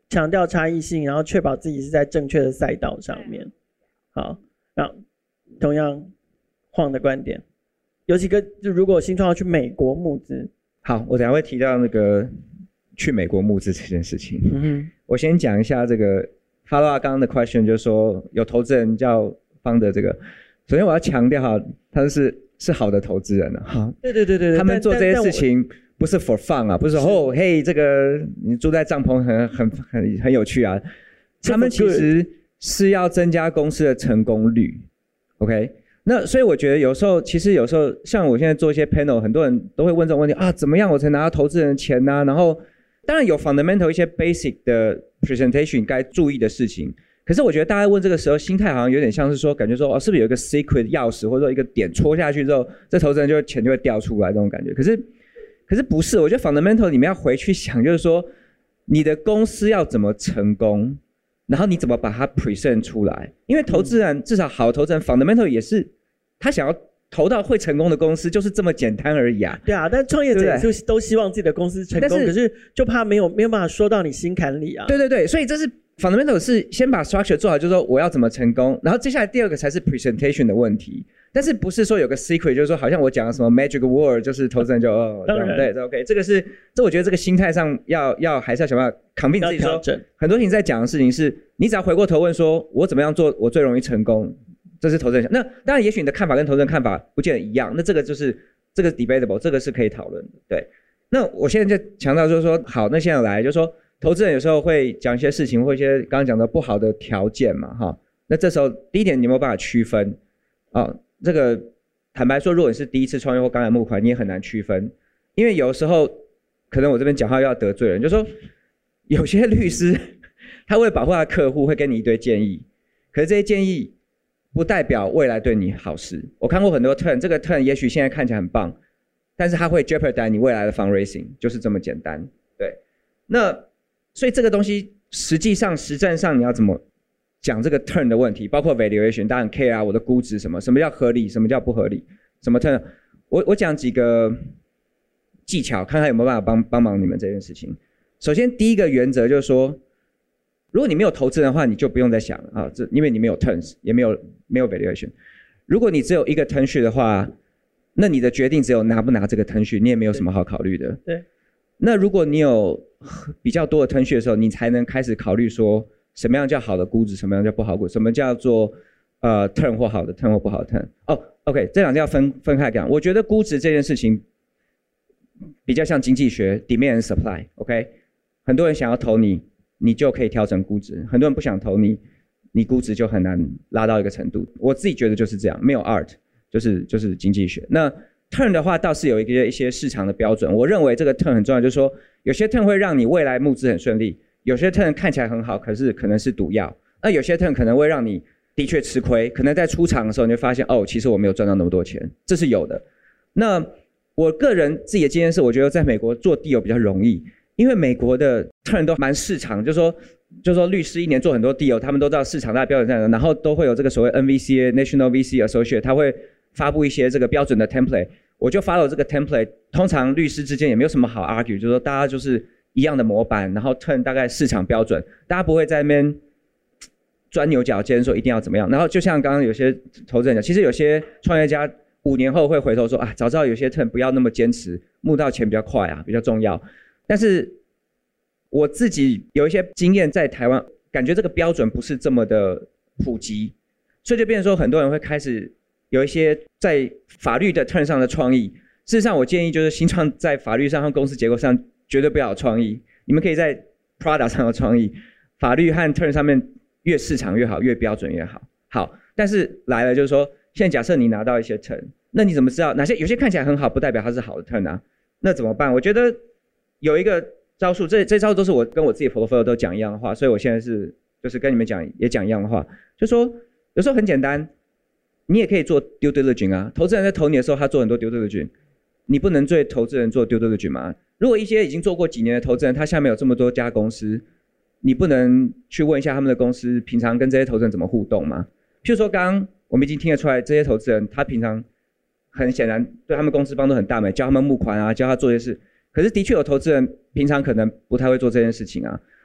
Speaker 2: 强调差异性，然后确保自己是在正确的赛道上面。好，那同样晃的观点，有几个就如果新创要去美国募资，
Speaker 3: 好，我等一下会提到那个去美国募资这件事情。
Speaker 2: 嗯哼，
Speaker 3: 我先讲一下这个 follow up 刚刚的 question， 就是说有投资人叫方的这个，首先我要强调哈，他是是好的投资人啊，哈，
Speaker 2: 对对对对，
Speaker 3: 他们做这些事情不是 for fun 啊，不是说哦嘿这个你住在帐篷很很很很有趣啊，他们其实是要增加公司的成功率 ，OK。那所以我觉得有时候，其实有时候像我现在做一些 panel， 很多人都会问这种问题啊，怎么样我才拿到投资人的钱呢、啊？然后当然有 fundamental 一些 basic 的 presentation 该注意的事情，可是我觉得大家问这个时候心态好像有点像是说，感觉说哦，是不是有一个 secret 钥匙，或者说一个点戳下去之后，这投资人就钱就会掉出来这种感觉。可是可是不是，我觉得 fundamental 你们要回去想，就是说你的公司要怎么成功。然后你怎么把它 present 出来？因为投资人、嗯、至少好的投资人 fundamental 也是他想要投到会成功的公司，就是这么简单而已啊。
Speaker 2: 对啊，但创业者也是都希望自己的公司成功，可是就怕没有没有办法说到你心坎里啊。
Speaker 3: 对对对，所以这是 fundamental 是先把 structure 做好，就是说我要怎么成功，然后接下来第二个才是 presentation 的问题。但是不是说有个 secret， 就是说好像我讲了什么 magic word， 就是投资人就哦，
Speaker 2: 当然
Speaker 3: 对 ，OK， 这个是这我觉得这个心态上要要还是要想办法 convince 自己说，很多事情在讲的事情是，你只要回过头问说，我怎么样做我最容易成功，这是投资人想。那当然，也许你的看法跟投资人看法不见得一样，那这个就是这个 debatable， 这个是可以讨论的。对，那我现在就强调就是说，好，那现在来就是说，投资人有时候会讲一些事情，或一些刚刚讲的不好的条件嘛，哈。那这时候第一点，你有没有办法区分啊？哦这个坦白说，如果你是第一次创业或刚来募款，你也很难区分，因为有时候可能我这边讲话又要得罪人，就是说有些律师他为了保护他的客户会给你一堆建议，可是这些建议不代表未来对你好事。我看过很多 turn， 这个 turn 也许现在看起来很棒，但是它会 jeopardize 你未来的 fundraising， 就是这么简单。对，那所以这个东西实际上实战上你要怎么讲这个 turn 的问题，包括 valuation， 当然 care 啊，我的估值什么，什么叫合理，什么叫不合理，什么 turn， 我我讲几个技巧，看看有没有办法帮帮忙你们这件事情。首先第一个原则就是说，如果你没有投资的话，你就不用再想了啊，这因为你没有 turns， 也没有没有 valuation。如果你只有一个 turn sheet 的话，那你的决定只有拿不拿这个 turn sheet， 你也没有什么好考虑的。
Speaker 2: 对。
Speaker 3: 那如果你有比较多的 turn sheet 的时候，你才能开始考虑说。什么样叫好的估值，什么样叫不好估值，什么叫做呃 turn 或好的 turn 或不好的 turn。哦 ，OK， 这两件要分分开讲。我觉得估值这件事情比较像经济学 demand and supply。OK， 很多人想要投你，你就可以调整估值；很多人不想投你，你估值就很难拉到一个程度。我自己觉得就是这样，没有 art， 就是就是经济学。那 turn 的话倒是有一个一些市场的标准。我认为这个 turn 很重要，就是说有些 turn 会让你未来募资很顺利。有些 turn 看起来很好，可是可能是毒药。那有些 turn 可能会让你的确吃亏，可能在出场的时候你就发现，哦，其实我没有赚到那么多钱，这是有的。那我个人自己的经验是，我觉得在美国做 deal 比较容易，因为美国的 turn 都蛮市场，就是说，就是说律师一年做很多 deal， 他们都知道市场大概标准在哪，然后都会有这个所谓 N V C A、National V C Associate， 他会发布一些这个标准的 template， 我就 follow 这个 template， 通常律师之间也没有什么好 argue， 就是说大家就是一样的模板，然后 turn 大概市场标准，大家不会在那边钻牛角尖说一定要怎么样。然后就像刚刚有些投资人讲，其实有些创业家五年后会回头说啊，早知道有些 turn 不要那么坚持，募到钱比较快啊，比较重要。但是我自己有一些经验，在台湾感觉这个标准不是这么的普及，所以就变成说很多人会开始有一些在法律的 turn 上的创意。事实上我建议就是新创在法律上和公司结构上绝对不要有创意，你们可以在 product 上有创意，法律和 turn 上面越市场越好，越标准越好。好，但是来了就是说，现在假设你拿到一些 turn， 那你怎么知道哪些有些看起来很好，不代表它是好的 turn 啊？那怎么办？我觉得有一个招数，这这招都是我跟我自己 portfolio 都讲一样的话，所以我现在是就是跟你们讲也讲一样的话，就说有时候很简单，你也可以做 due diligence 啊。投资人在投你的时候，他做很多 due diligence， 你不能对投资人做 due diligence 吗？如果一些已经做过几年的投资人，他下面有这么多家公司，你不能去问一下他们的公司平常跟这些投资人怎么互动吗？譬如说，刚刚我们已经听得出来，这些投资人他平常很显然对他们公司帮助很大嘛，教他们募款啊，教他做这些事。可是的确有投资人平常可能不太会做这件事情啊。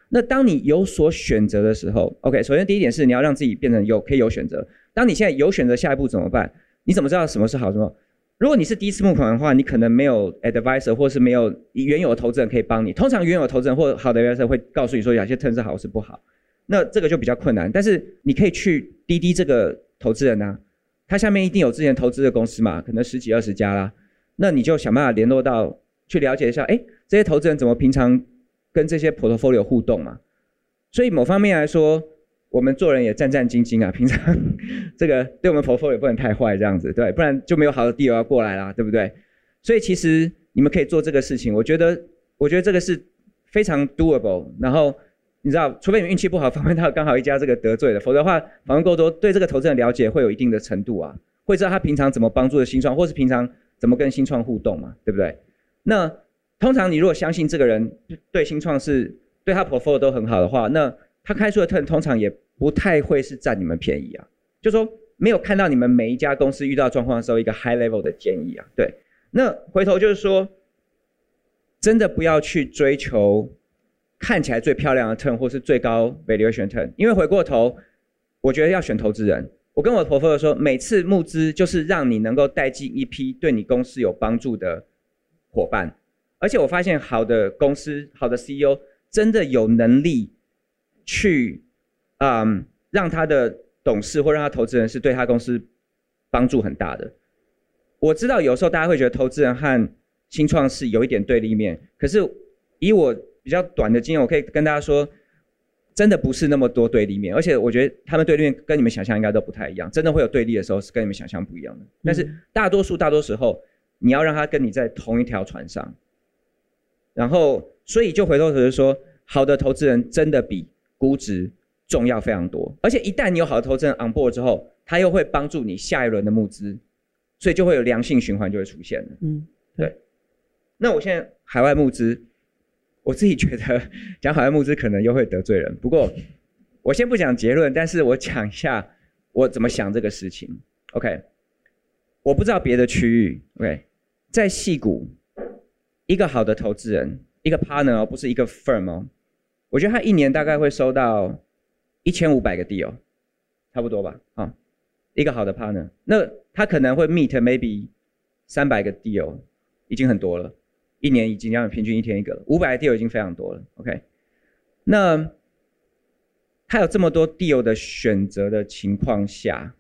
Speaker 3: 那当你有所选择的时候 ，OK， 首先第一点是你要让自己变成有可以有选择。当你现在有选择，下一步怎么办？你怎么知道什么是好什么？如果你是第一次募款的话，你可能没有 advisor 或是没有原有的投资人可以帮你。通常原有的投资人或好的 advisor 会告诉你说哪些 turn 是好是不好，那这个就比较困难。但是你可以去滴滴这个投资人啊，他下面一定有之前投资的公司嘛，可能十几二十家啦。那你就想办法联络到，去了解一下，哎，这些投资人怎么平常跟这些 portfolio 互动嘛？所以某方面来说，我们做人也战战兢兢啊，平常这个对我们 portfolio 不能太坏，这样子，对，不然就没有好的 deal 要过来啦，对不对？所以其实你们可以做这个事情，我觉得，我觉得这个是非常 doable。然后你知道，除非你运气不好，访问到刚好一家这个得罪的，否则的话，访问够多，对这个投资人了解会有一定的程度啊，会知道他平常怎么帮助的新创，或是平常怎么跟新创互动嘛，对不对？那通常你如果相信这个人对新创是对他 portfolio 都很好的话，那他开出的 turn 通常也不太会是占你们便宜啊，就说没有看到你们每一家公司遇到状况的时候一个 high level 的建议啊。对，那回头就是说，真的不要去追求看起来最漂亮的 turn 或是最高 valuation turn， 因为回过头，我觉得要选投资人。我跟我的 portfolio 说，每次募资就是让你能够带进一批对你公司有帮助的伙伴，而且我发现好的公司、好的 C E O 真的有能力去，嗯，让他的董事或让他投资人是对他公司帮助很大的。我知道有时候大家会觉得投资人和新创是有一点对立面，可是以我比较短的经验，我可以跟大家说，真的不是那么多对立面，而且我觉得他们对立面跟你们想象应该都不太一样。真的会有对立的时候是跟你们想象不一样的，但是大多数大多时候你要让他跟你在同一条船上。然后所以就回头就是说，好的投资人真的比估值重要非常多，而且一旦你有好的投资人 on board 之后，他又会帮助你下一轮的募资，所以就会有良性循环就会出现了。嗯，对。那我现在海外募资，我自己觉得讲海外募资可能又会得罪人，不过我先不讲结论，但是我讲一下我怎么想这个事情。OK， 我不知道别的区域 ，OK， 在矽谷，一个好的投资人，一个 partner 哦，不是一个 firm 哦，我觉得他一年大概会收到一千五百个 deal， 差不多吧，啊，一个好的 partner， 那他可能会 meet maybe 三百个 deal， 已经很多了。一年已经这样平均一天一个了，五百个 deal 已经非常多了 ，OK。那他有这么多 deal 的选择的情况下，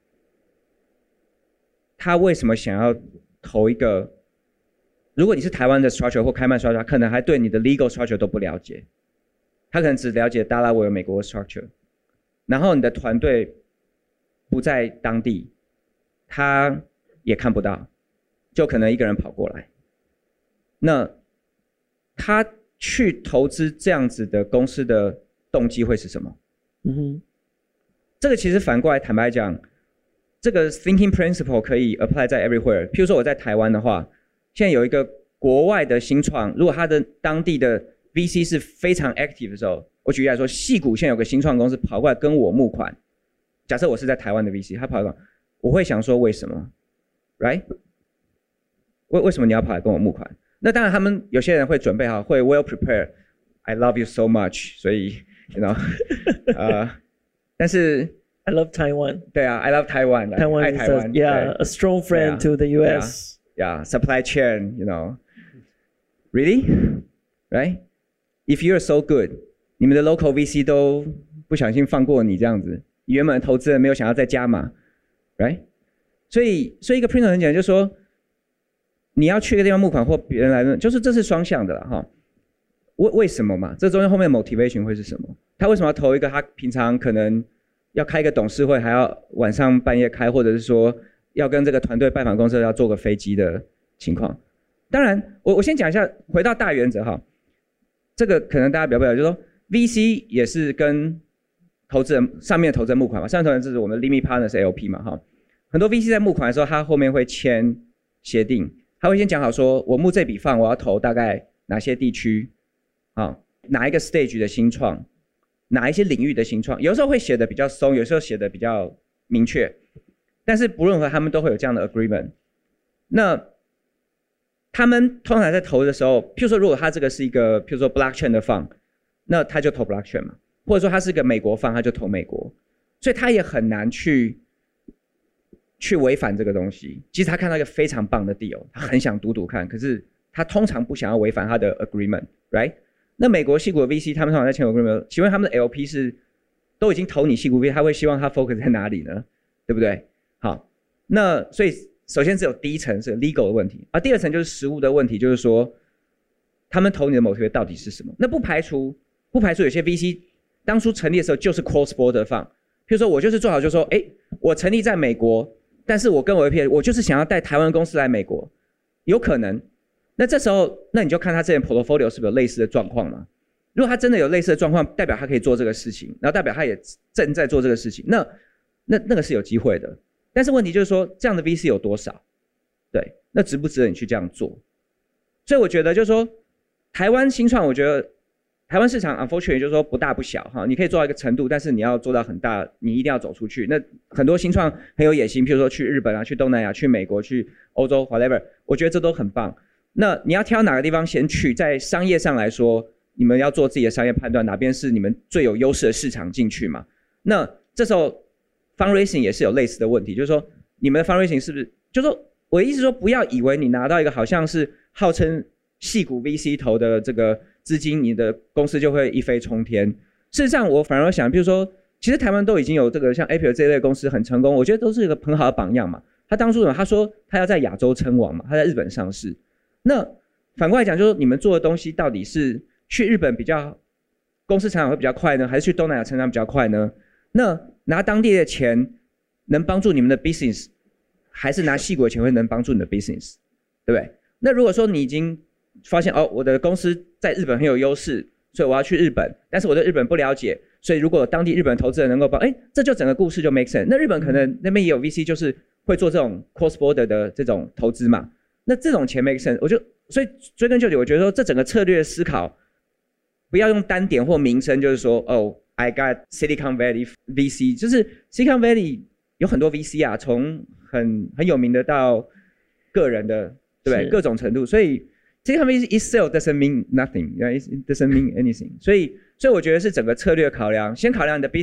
Speaker 3: 他为什么想要投一个？如果你是台湾的 structure 或开曼 structure， 可能还对你的 legal structure 都不了解，他可能只了解达拉维尔美国的 structure， 然后你的团队不在当地，他也看不到，就可能一个人跑过来。那他去投资这样子的公司的动机会是什么？嗯哼，这个其实反过来坦白讲，这个 thinking principle 可以 apply 在 everywhere。譬如说我在台湾的话，现在有一个国外的新创，如果他的当地的 V C 是非常 active 的时候，我举例来说，矽谷现在有个新创公司跑过来跟我募款，假设我是在台湾的 V C， 他跑来，我会想说为什么 ？Right？ 为为什么你要跑来跟我募款？那当然，他们有些人会准备好，会 well prepared。I love you so much， 所以 you know， 呃，但是
Speaker 2: I love Taiwan。
Speaker 3: 对啊 ，I love Taiwan。
Speaker 2: Taiwan
Speaker 3: 爱台湾
Speaker 2: ，Yeah， a strong friend to the U S。
Speaker 3: Yeah, supply chain, you know. Really? Right? If you're so good， 你们的 local V C 都不小心放过你这样子，原本投资人没有想要再加码 ，right？ 所以，所以一个 principle 很简单，就是说，你要去一个地方募款或别人来问，就是这是双向的啦，哈。为为什么嘛？这中间后面的 motivation 会是什么？他为什么要投一个他平常可能要开一个董事会，还要晚上半夜开，或者是说要跟这个团队拜访公司要坐个飞机的情况？当然，我我先讲一下，回到大原则哈，这个可能大家比较不了解，就是说 V C 也是跟投资人上面的投资人募款嘛，上面投资人就是我们的 limit partner 是 L P 嘛，哈，很多 V C 在募款的时候，他后面会签协定。他会先讲好说，我募这笔放我要投大概哪些地区，啊，哪一个 stage 的新创，哪一些领域的新创，有时候会写的比较松，有时候写的比较明确，但是不论如何他们都会有这样的 agreement。那他们通常在投的时候，譬如说如果他这个是一个譬如说 blockchain 的放， 那他就投 blockchain 嘛，或者说他是个美国方，他就投美国，所以他也很难去去违反这个东西。即使他看到一个非常棒的 deal， 他很想赌赌看，可是他通常不想要违反他的 agreement，right？ 那美国矽谷的 V C 他们通常在签 agreement， 请问他们的 L P 是都已经投你矽谷 V C， 他会希望他 focus 在哪里呢？对不对？好，那所以首先只有第一层是 legal 的问题，而第二层就是实务的问题，就是说他们投你的 motive 到底是什么？那不排除不排除有些 V C 当初成立的时候就是 cross border 放，譬如说我就是做好就说，哎，我成立在美国，但是我跟我 L P 我就是想要带台湾公司来美国，有可能。那这时候，那你就看他之前 portfolio 是不是有类似的状况嘛？如果他真的有类似的状况，代表他可以做这个事情，然后代表他也正在做这个事情，那那那个是有机会的。但是问题就是说，这样的 V C 有多少？对，那值不值得你去这样做？所以我觉得就是说，台湾新创，我觉得台湾市场 unfortunately 就是说不大不小哈，你可以做到一个程度，但是你要做到很大，你一定要走出去。那很多新创很有野心，譬如说去日本啊、去东南亚、去美国、去欧洲 whatever， 我觉得这都很棒。那你要挑哪个地方先去，在商业上来说，你们要做自己的商业判断，哪边是你们最有优势的市场进去嘛？那这时候 fundraising 也是有类似的问题，就是说你们的 fundraising 是不是？就是说我的意思说，不要以为你拿到一个好像是号称矽谷 V C 投的这个资金，你的公司就会一飞冲天。事实上，我反而想，比如说，其实台湾都已经有这个像 Appier 这一类公司很成功，我觉得都是一个很好的榜样嘛。他当初什么？他说他要在亚洲称王嘛，他在日本上市。那反过来讲，就是你们做的东西到底是去日本比较公司成长会比较快呢，还是去东南亚成长比较快呢？那拿当地的钱能帮助你们的 business， 还是拿矽谷的钱会能帮助你的 business， 对不对？那如果说你已经发现哦，我的公司在日本很有优势，所以我要去日本，但是我对日本不了解，所以如果当地日本投资人能够帮，哎，这就整个故事就 make sense。那日本可能那边也有 V C， 就是会做这种 cross border 的这种投资嘛。那这种钱 make sense， 我就所以追根究底，我觉得说这整个策略的思考，不要用单点或名声，就是说哦 ，I got Silicon Valley V C， 就是 Silicon Valley 有很多 V C 啊，从很很有名的到个人的，对不对？各种程度，所以 Silicon Valley itself doesn't mean nothing， it doesn't mean anything。所以，所以我觉得是整个策略考量，先考量你的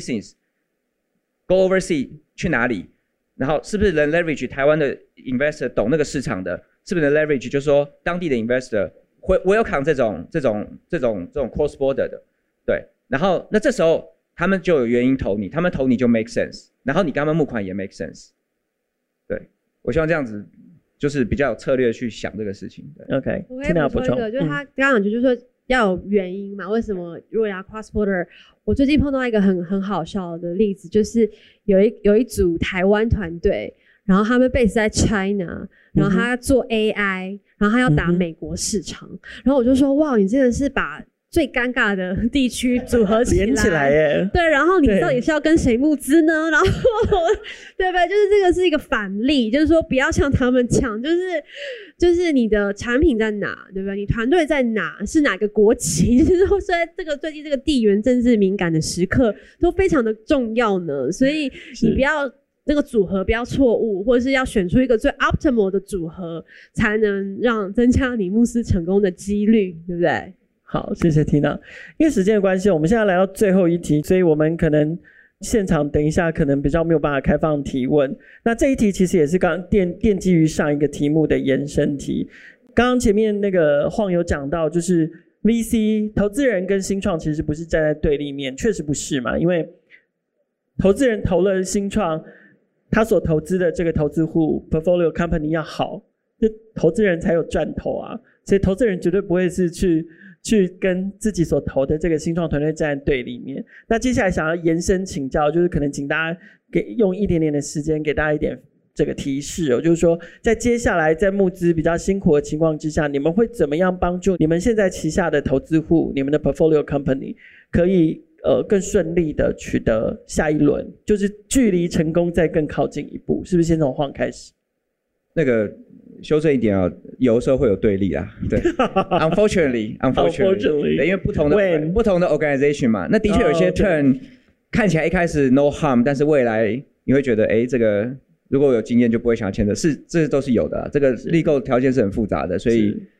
Speaker 3: business，go overseas 去哪里，然后是不是能 leverage 台湾的 investor 懂那个市场的。是不是能 leverage 就是说当地的 investor 会 welcome 这种这种这种这种 cross border 的，对，然后那这时候他们就有原因投你，他们投你就 make sense， 然后你跟他们募款也 make sense， 对，我希望这样子就是比较有策略去想这个事情。对
Speaker 2: OK，
Speaker 4: 我可以补充一个，就是他刚刚讲就是说要有原因嘛，为什么如果要 cross border？ 我最近碰到一个很很好笑的例子，就是有一有一组台湾团队。然后他们 base 在 China， 然后他做 A I，、嗯、然后他要打美国市场、嗯、然后我就说哇，你真的是把最尴尬的地区组合起来，
Speaker 2: 连起来耶。
Speaker 4: 对，然后你到底是要跟谁募资呢？然后对吧？就是这个是一个反例，就是说不要像他们讲，就是就是你的产品在哪，对吧？你团队在哪，是哪个国籍？就是说在这个最近这个地缘政治敏感的时刻都非常的重要呢，所以你不要。那个组合不要错误，或者是要选出一个最 optimal 的组合，才能让增加你募资成功的几率，对不对？
Speaker 2: 好，谢谢 Tina。因为时间的关系，我们现在来到最后一题，所以我们可能现场等一下可能比较没有办法开放提问。那这一题其实也是刚奠奠基于上一个题目的延伸题。刚刚前面那个晃有讲到，就是 V C 投资人跟新创其实不是站在对立面，确实不是嘛，因为投资人投了新创。他所投资的这个投资户 portfolio company 要好，就投资人才有赚头啊，所以投资人绝对不会是去去跟自己所投的这个新创团队站在对立面。那接下来想要延伸请教，就是可能请大家给用一点点的时间给大家一点这个提示哦，就是说在接下来在募资比较辛苦的情况之下，你们会怎么样帮助你们现在旗下的投资户，你们的 portfolio company 可以呃，更顺利的取得下一轮，就是距离成功再更靠近一步，是不是先从晃开始？
Speaker 3: 那个修正一点啊，有的时候会有对立啊，对，unfortunately，unfortunately，
Speaker 2: unfortunately
Speaker 3: 对，因为不同的 When? 不同的 organization 嘛，那的确有些 turn、oh, 看起来一开始 no harm， 但是未来你会觉得，哎，这个如果有经验就不会想要签的，是这都是有的、啊，这个立构条件是很复杂的，所以。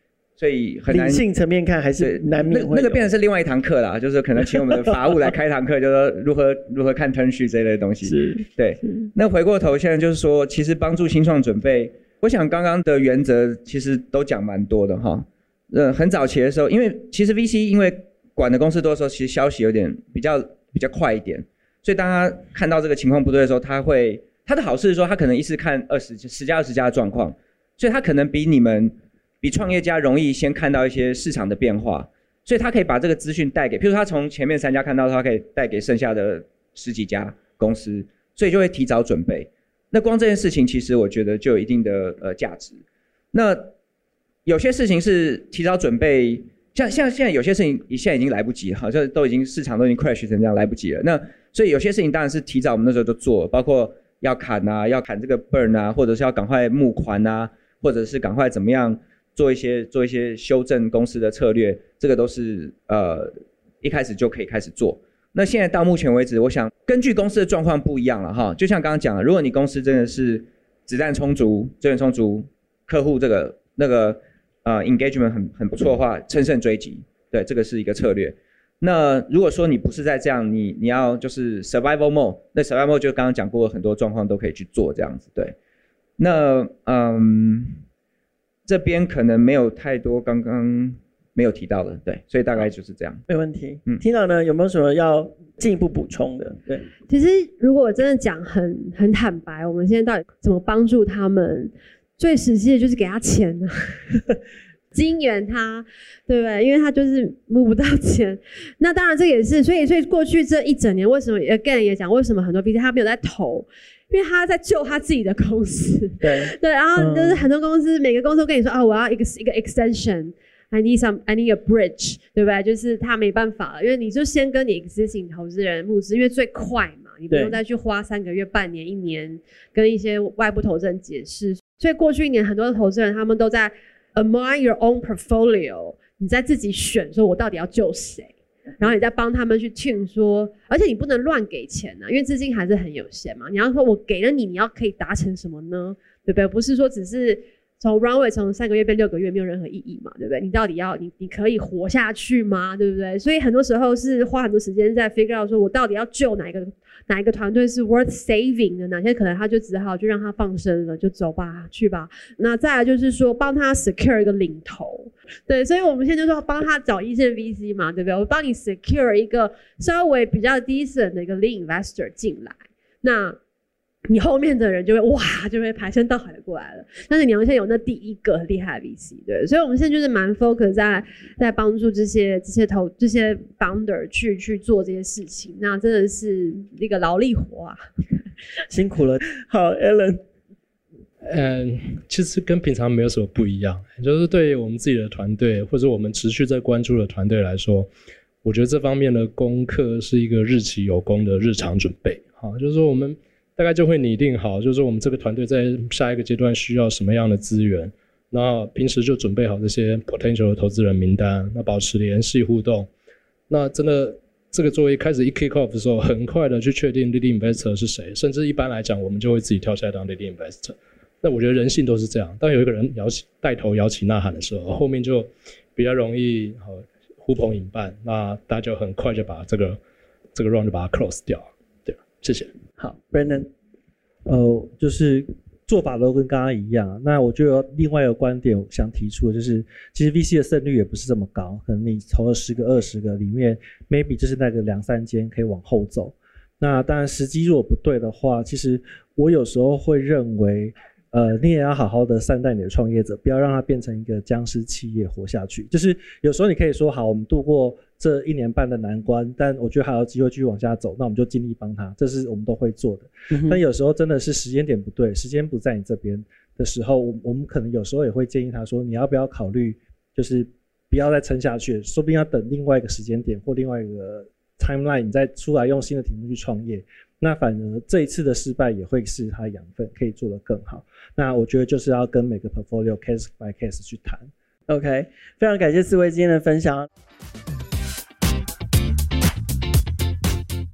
Speaker 3: 所以很难。
Speaker 2: 理性层面看还是难免会有。
Speaker 3: 那那个变成是另外一堂课啦，就是可能请我们的法务来开堂课，就是说如何如何看 term sheet 这一类的东西。
Speaker 2: 是，
Speaker 3: 对。那回过头，现在就是说，其实帮助新创准备，我想刚刚的原则其实都讲蛮多的哈。呃，很早期的时候，因为其实 V C 因为管的公司多的时候，其实消息有点比较比较快一点，所以当他看到这个情况不对的时候，他会他的好事是说，他可能一次看二十十家二十家的状况，所以他可能比你们比创业家容易先看到一些市场的变化，所以他可以把这个资讯带给，譬如他从前面三家看到，他可以带给剩下的十几家公司，所以就会提早准备。那光这件事情，其实我觉得就有一定的呃价值。那有些事情是提早准备，像像现在有些事情现在已经来不及了，好像都已经市场都已经 crash 成这样来不及了。那所以有些事情当然是提早我们那时候就做，包括要砍啊，要砍这个 burn 啊，或者是要赶快募款啊，或者是赶快怎么样做一些做一些修正公司的策略，这个都是呃一开始就可以开始做。那现在到目前为止，我想根据公司的状况不一样了哈，就像刚刚讲的，如果你公司真的是子弹充足、资源充足，客户这个那个呃 engagement 很很不错的话，乘胜追击，对，这个是一个策略。那如果说你不是在这样，你你要就是 survival mode， 那 survival mode 就刚刚讲过很多状况都可以去做这样子，对。那嗯，这边可能没有太多刚刚没有提到的，对，所以大概就是这样。
Speaker 2: 没问题。嗯 ，Tina 呢有没有什么要进一步补充的？对，
Speaker 4: 其实如果真的讲很很坦白，我们现在到底怎么帮助他们？最实际的就是给他钱啊，金援他，对不对？因为他就是募不到钱。那当然这也是，所以所以过去这一整年，为什么 again 也讲，为什么很多 V C 他没有在投？因为他在救他自己的公司。
Speaker 2: 对
Speaker 4: 对，然后就是很多公司，嗯、每个公司都跟你说啊，我要一个一个 extension。I need some, I need a bridge， 对不对？就是他没办法了，因为你就先跟你 existing 投资人募资，因为最快嘛，你不用再去花三个月、半年、一年跟一些外部投资人解释。所以过去一年，很多的投资人他们都在 among your own portfolio， 你在自己选说我到底要救谁，然后你再帮他们去 tune 说，而且你不能乱给钱啊，因为资金还是很有限嘛。你要说我给了你，你要可以达成什么呢？对不对？不是说只是从 runway 从三个月变六个月没有任何意义嘛，对不对？你到底要你你可以活下去吗？对不对？所以很多时候是花很多时间在 figure out 说我到底要救哪一个哪一个团队是 worth saving 的，哪些可能他就只好就让他放生了，就走吧，去吧。那再来就是说帮他 secure 一个领头，对，所以我们现在就说帮他找一线 V C 嘛，对不对？我帮你 secure 一个稍微比较 decent 的一个 lead investor 进来，那你后面的人就会哇，就会排山倒海的过来了。但是你要先有那第一个很厉害的 V C， 对。所以我们现在就是蛮 focus 在在帮助这些这些投这些 founder 去去做这些事情。那真的是一个劳力活啊，
Speaker 2: 辛苦了。好 ，Alan，
Speaker 5: 嗯，其实跟平常没有什么不一样，就是对于我们自己的团队或者我们持续在关注的团队来说，我觉得这方面的功课是一个日期有功的日常准备。好，就是说我们大概就会拟定好，就是说我们这个团队在下一个阶段需要什么样的资源，那平时就准备好这些 potential 的投资人名单，那保持联系互动。那真的这个作为开始一 kick off 的时候，很快的去确定 lead investor 是谁，甚至一般来讲我们就会自己跳下来当 lead investor。那我觉得人性都是这样，当有一个人摇起带头摇起呐喊的时候，后面就比较容易呼朋引伴，那大家就很快就把这个这个 round 就把它 close 掉。对，谢谢。
Speaker 2: 好 ，Brandon，
Speaker 6: 呃，就是做法都跟刚刚一样。那我就有另外一个观点我想提出的，就是其实 V C 的胜率也不是这么高，可能你投了十个、二十个里面 ，maybe 就是那个两三间可以往后走。那当然时机如果不对的话，其实我有时候会认为，呃，你也要好好的善待你的创业者，不要让它变成一个僵尸企业活下去。就是有时候你可以说好，我们度过这一年半的难关，但我觉得还有机会继续往下走，那我们就尽力帮他，这是我们都会做的。嗯、但有时候真的是时间点不对，时间不在你这边的时候，我我们可能有时候也会建议他说，你要不要考虑，就是不要再撑下去，说不定要等另外一个时间点或另外一个 timeline， 你再出来用新的题目去创业。那反而这一次的失败也会是他的养分，可以做得更好。那我觉得就是要跟每个 portfolio case by case 去谈。
Speaker 2: OK， 非常感谢四位今天的分享。
Speaker 1: 透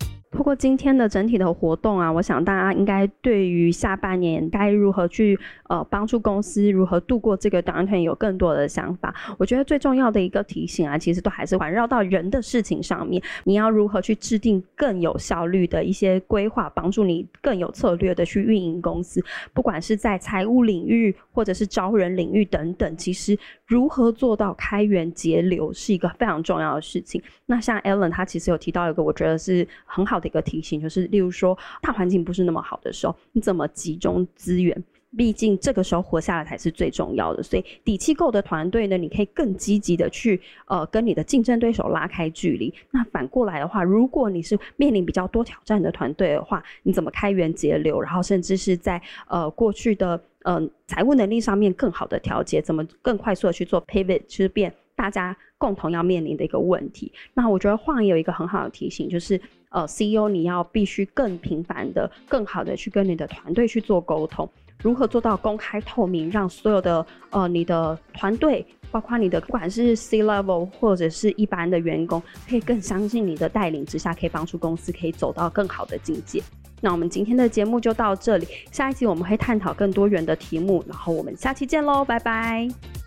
Speaker 1: 透过今天的整体的活动啊，我想大家应该对于下半年该如何去呃帮助公司如何度过这个 downturn 有更多的想法。我觉得最重要的一个提醒啊，其实都还是环绕到人的事情上面，你要如何去制定更有效率的一些规划，帮助你更有策略的去运营公司，不管是在财务领域或者是招人领域等等，其实如何做到开源节流是一个非常重要的事情。那像 Alan 他其实有提到一个我觉得是很好的一个提醒，就是例如说大环境不是那么好的时候，你怎么集中资源，毕竟这个时候活下来才是最重要的。所以底气够的团队呢，你可以更积极的去呃跟你的竞争对手拉开距离。那反过来的话，如果你是面临比较多挑战的团队的话，你怎么开源节流，然后甚至是在呃过去的呃财务能力上面更好的调节，怎么更快速的去做 pivot， 就是变大家共同要面临的一个问题。那我觉得晃也有一个很好的提醒，就是呃 C E O 你要必须更频繁的更好的去跟你的团队去做沟通，如何做到公开透明，让所有的呃你的团队包括你的不管是 C level 或者是一般的员工，可以更相信你的带领之下，可以帮助公司可以走到更好的境界。那我们今天的节目就到这里，下一集我们会探讨更多元的题目，然后我们下期见咯，拜拜。